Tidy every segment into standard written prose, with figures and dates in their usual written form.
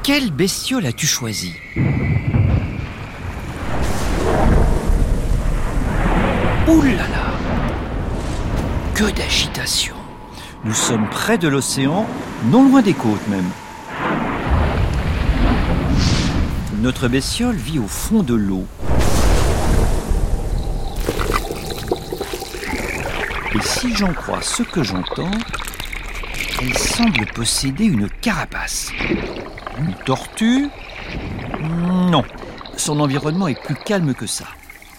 Quelle bestiole as-tu choisi ? Ouh là là ! Que d'agitation ! Nous sommes près de l'océan, non loin des côtes même. Notre bestiole vit au fond de l'eau. Et si j'en crois ce que j'entends, elle semble posséder une carapace. Une tortue ? Non, son environnement est plus calme que ça.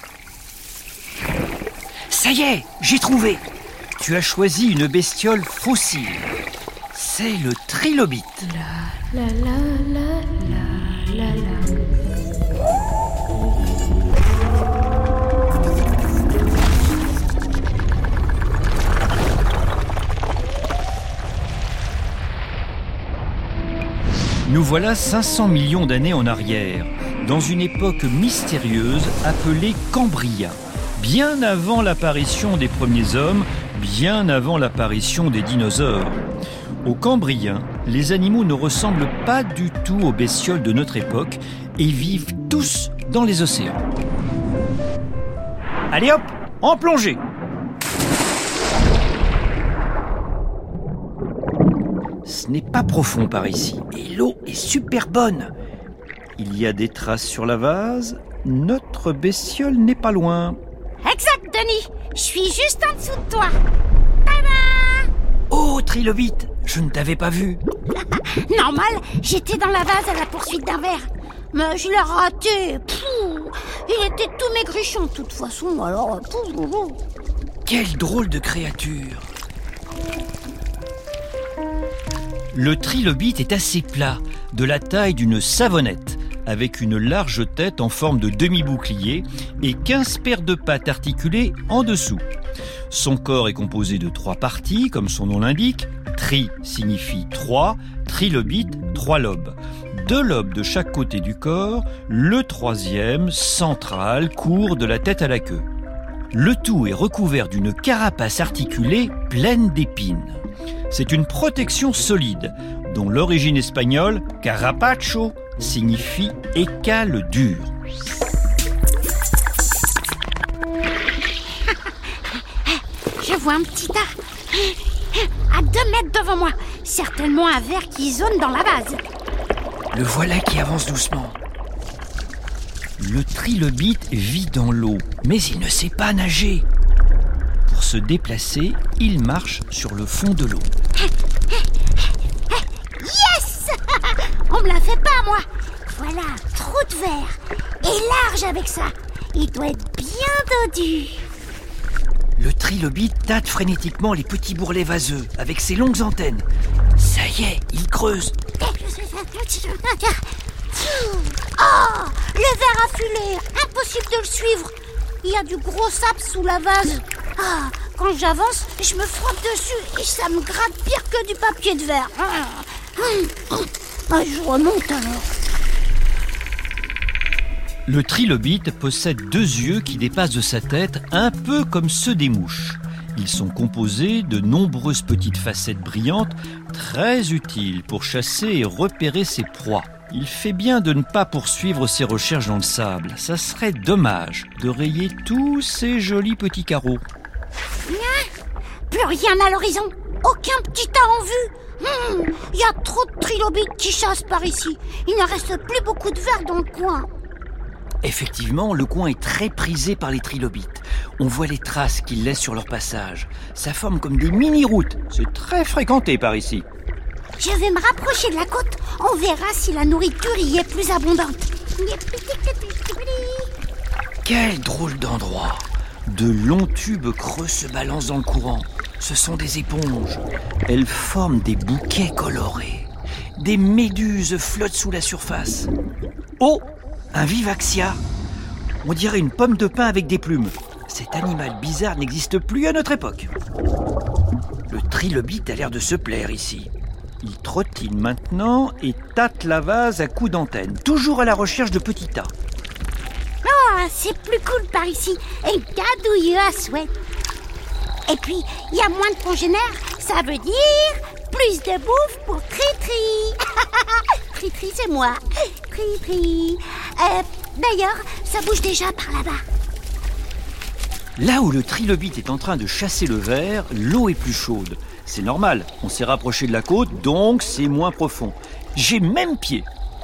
Ça y est, j'ai trouvé. Tu as choisi une bestiole fossile. C'est le trilobite. La la la la la la. Nous voilà 500 millions d'années en arrière, dans une époque mystérieuse appelée Cambrien. Bien avant l'apparition des premiers hommes, bien avant l'apparition des dinosaures. Au Cambrien, les animaux ne ressemblent pas du tout aux bestioles de notre époque et vivent tous dans les océans. Allez hop, en plongée! Ce n'est pas profond par ici et l'eau est super bonne. Il y a des traces sur la vase, notre bestiole n'est pas loin. Exact, Denis. Je suis juste en dessous de toi. Tada! Oh, trilobite, je ne t'avais pas vu. Normal, j'étais dans la vase à la poursuite d'un ver. Mais je l'ai raté. Pouh, il était tout maigrichon de toute façon, alors... Pouh. Quelle drôle de créature. Le trilobite est assez plat, de la taille d'une savonnette, avec une large tête en forme de demi-bouclier et 15 paires de pattes articulées en dessous. Son corps est composé de 3 parties, comme son nom l'indique. Tri signifie 3, trilobite, 3 lobes. 2 lobes de chaque côté du corps, le 3e, central, court de la tête à la queue. Le tout est recouvert d'une carapace articulée pleine d'épines. C'est une protection solide, dont l'origine espagnole, carapacho, signifie écale dur. Je vois un petit tas à 2 mètres devant moi. Certainement un ver qui zone dans la vase. Le voilà qui avance doucement. Le trilobite vit dans l'eau, mais il ne sait pas nager. Pour se déplacer, il marche sur le fond de l'eau. Yes! On me la fait pas, moi. Voilà un trou de verre. Et large avec ça. Il doit être bien dodu. Le trilobite tâte frénétiquement les petits bourrelets vaseux avec ses longues antennes. Ça y est, il creuse. Oh! Le ver affilé. Impossible de le suivre. Il y a du gros sable sous la vase. Ah, quand j'avance, je me frotte dessus et ça me gratte pire que du papier de verre. Je remonte alors. Le trilobite possède 2 yeux qui dépassent de sa tête, un peu comme ceux des mouches. Ils sont composés de nombreuses petites facettes brillantes, très utiles pour chasser et repérer ses proies. Il fait bien de ne pas poursuivre ses recherches dans le sable. Ça serait dommage de rayer tous ces jolis petits carreaux. Plus rien à l'horizon. Aucun petit tas en vue. Il y a trop de trilobites qui chassent par ici. Il ne reste plus beaucoup de vers dans le coin. Effectivement, le coin est très prisé par les trilobites. On voit les traces qu'ils laissent sur leur passage. Ça forme comme des mini-routes. C'est très fréquenté par ici. Je vais me rapprocher de la côte. On verra si la nourriture y est plus abondante. Quel drôle d'endroit. De longs tubes creux se balancent dans le courant. Ce sont des éponges. Elles forment des bouquets colorés. Des méduses flottent sous la surface. Oh, un vivaxia. On dirait une pomme de pin avec des plumes. Cet animal bizarre n'existe plus à notre époque. Le trilobite a l'air de se plaire ici. Il trottine maintenant et tâte la vase à coups d'antenne, toujours à la recherche de petits tas. Oh, c'est plus cool par ici. Et gadouilleux à souhait. Et puis, il y a moins de congénères. Ça veut dire plus de bouffe pour Tri-Tri. Tri-Tri, c'est moi. Tri-Tri. D'ailleurs, ça bouge déjà par là-bas. Là où le trilobite est en train de chasser le ver, l'eau est plus chaude. C'est normal, on s'est rapproché de la côte, donc c'est moins profond. J'ai même pied.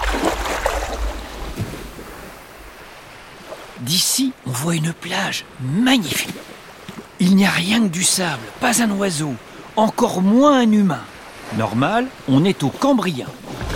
D'ici, on voit une plage magnifique. Il n'y a rien que du sable, pas un oiseau, encore moins un humain. Normal, on est au Cambrien.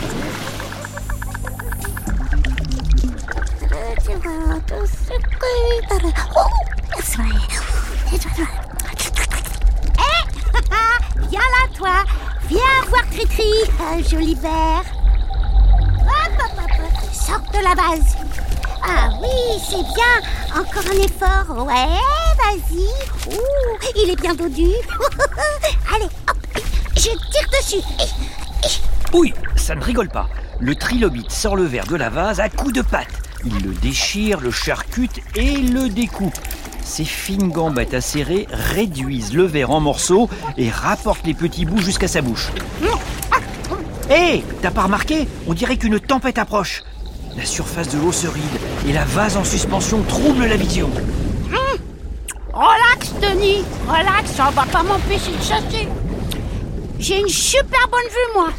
Viens là, toi. Viens voir Tri-Tri, joli ver. Hop, hop, hop. Sors de la base. Ah oui, c'est bien. Encore un effort. Ouais, vas-y. Ouh, il est bien dodu. Allez, hop. Je tire dessus. Oui, ça ne rigole pas. Le trilobite sort le ver de la vase à coups de patte. Il le déchire, le charcute et le découpe. Ses fines gambettes acérées réduisent le ver en morceaux et rapportent les petits bouts jusqu'à sa bouche. Hé, t'as pas remarqué? On dirait qu'une tempête approche. La surface de l'eau se ride et la vase en suspension trouble la vision. Relax, Denis. Relax, ça va pas m'empêcher de chasser. J'ai une super bonne vue, moi.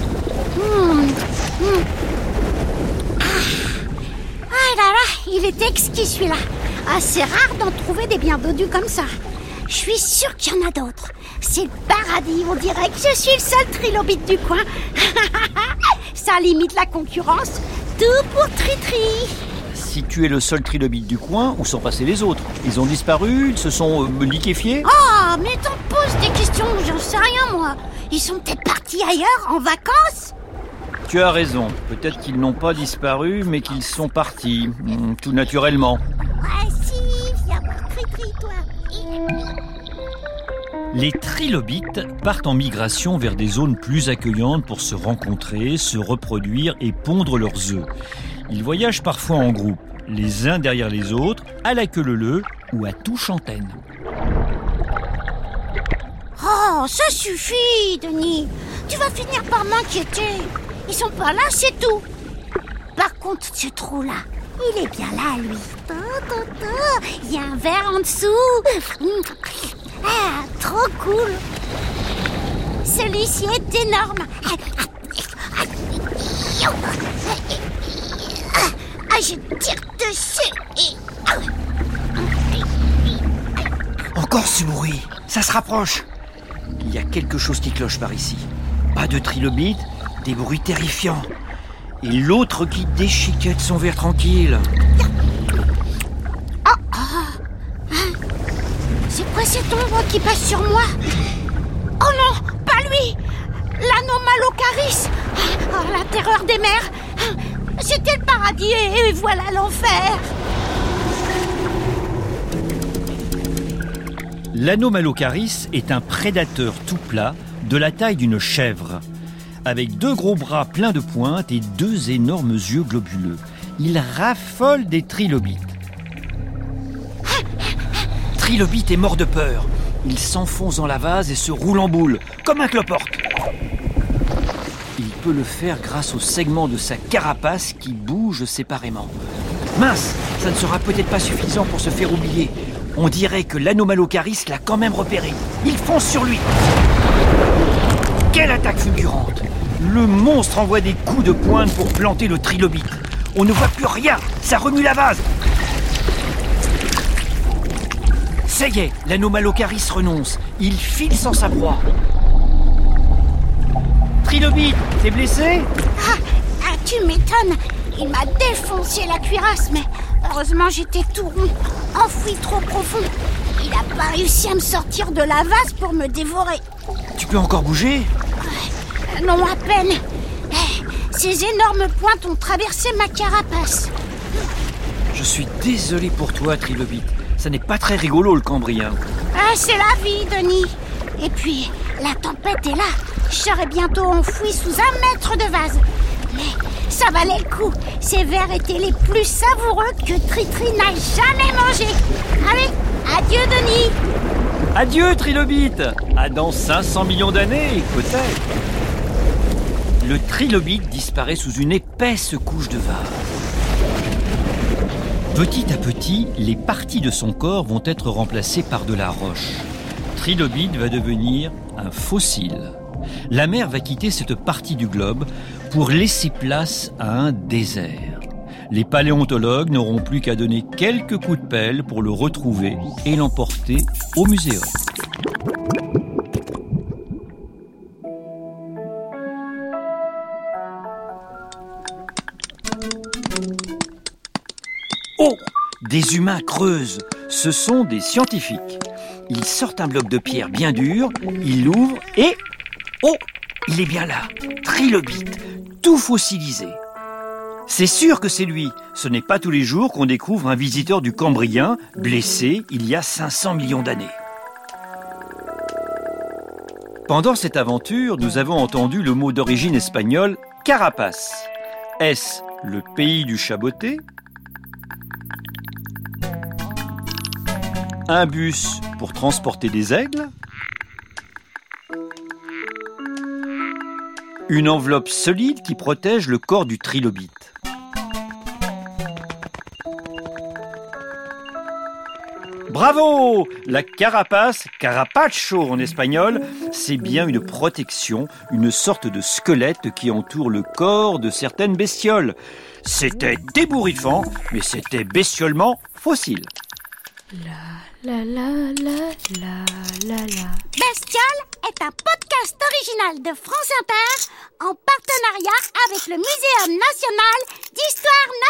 Ah là là, il est exquis celui-là. Ah, c'est rare d'en trouver des bien dodus comme ça. Je suis sûre qu'il y en a d'autres. C'est le paradis, on dirait que je suis le seul trilobite du coin. Ça limite la concurrence. Tout pour Tri-Tri. Si tu es le seul trilobite du coin, où sont passés les autres? Ils ont disparu? Ils se sont liquéfiés? Oh, mais t'en poses des questions, j'en sais rien moi. Ils sont peut-être partis ailleurs, en vacances? Tu as raison. Peut-être qu'ils n'ont pas disparu, mais qu'ils sont partis. Tout naturellement. Ouais, si, viens voir Tri-Tri, toi. Les trilobites partent en migration vers des zones plus accueillantes pour se rencontrer, se reproduire et pondre leurs œufs. Ils voyagent parfois en groupe, les uns derrière les autres, à la queue leu-leu ou à touche antenne. Oh, ça suffit, Denis. Tu vas finir par m'inquiéter. Ils sont pas là, c'est tout. Par contre, ce trou-là, il est bien là, lui. Il y a un verre en dessous. Ah, trop cool. Celui-ci est énorme. Ah, je tire dessus. Encore ce bruit, ça se rapproche. Il y a quelque chose qui cloche par ici. Pas de trilobite, des bruits terrifiants. Et l'autre qui déchiquette son verre tranquille. C'est quoi cette ombre qui passe sur moi? Oh non, pas lui! L'anomalocaris! Oh, la terreur des mers! C'était le paradis et voilà l'enfer! L'anomalocaris est un prédateur tout plat de la taille d'une chèvre. Avec 2 gros bras pleins de pointes et 2 énormes yeux globuleux. Il raffole des trilobites. Trilobite est mort de peur. Il s'enfonce dans la vase et se roule en boule, comme un cloporte. Il peut le faire grâce aux segments de sa carapace qui bougent séparément. Mince, ça ne sera peut-être pas suffisant pour se faire oublier. On dirait que l'anomalocaris l'a quand même repéré. Il fonce sur lui. Quelle attaque fulgurante! Le monstre envoie des coups de pointe pour planter le trilobite. On ne voit plus rien, ça remue la vase. Ça y est, l'anomalocaris renonce. Il file sans sa proie. Trilobite, t'es blessé? Ah, tu m'étonnes. Il m'a défoncé la cuirasse, mais heureusement j'étais tout rond, enfoui trop profond. Il n'a pas réussi à me sortir de la vase pour me dévorer. Tu peux encore bouger? Non, à peine. Ces énormes pointes ont traversé ma carapace. Je suis désolé pour toi, Trilobite. Ça n'est pas très rigolo, le Cambrien. Ah, c'est la vie, Denis. Et puis, la tempête est là. Je serai bientôt enfoui sous 1 mètre de vase. Mais ça valait le coup. Ces vers étaient les plus savoureux que Tri-Tri n'a jamais mangés. Allez, adieu, Denis. Adieu, Trilobite. À dans 500 millions d'années, peut-être. le trilobite disparaît sous une épaisse couche de vase. Petit à petit, les parties de son corps vont être remplacées par de la roche. Trilobite va devenir un fossile. La mer va quitter cette partie du globe pour laisser place à un désert. Les paléontologues n'auront plus qu'à donner quelques coups de pelle pour le retrouver et l'emporter au muséum. Oh! Des humains creusent. Ce sont des scientifiques. Ils sortent un bloc de pierre bien dur, ils l'ouvrent et... Oh! Il est bien là. Trilobite, tout fossilisé. C'est sûr que c'est lui. Ce n'est pas tous les jours qu'on découvre un visiteur du Cambrien blessé il y a 500 millions d'années. Pendant cette aventure, nous avons entendu le mot d'origine espagnole carapace. Est-ce le pays du chaboté ? Un bus pour transporter des aigles ? Une enveloppe solide qui protège le corps du trilobite. Bravo! La carapace, carapacho en espagnol, c'est bien une protection, une sorte de squelette qui entoure le corps de certaines bestioles. C'était ébouriffant, mais c'était bestiolement fossile. Bestiole est un podcast original de France Inter en partenariat avec le Muséum national d'histoire naturelle.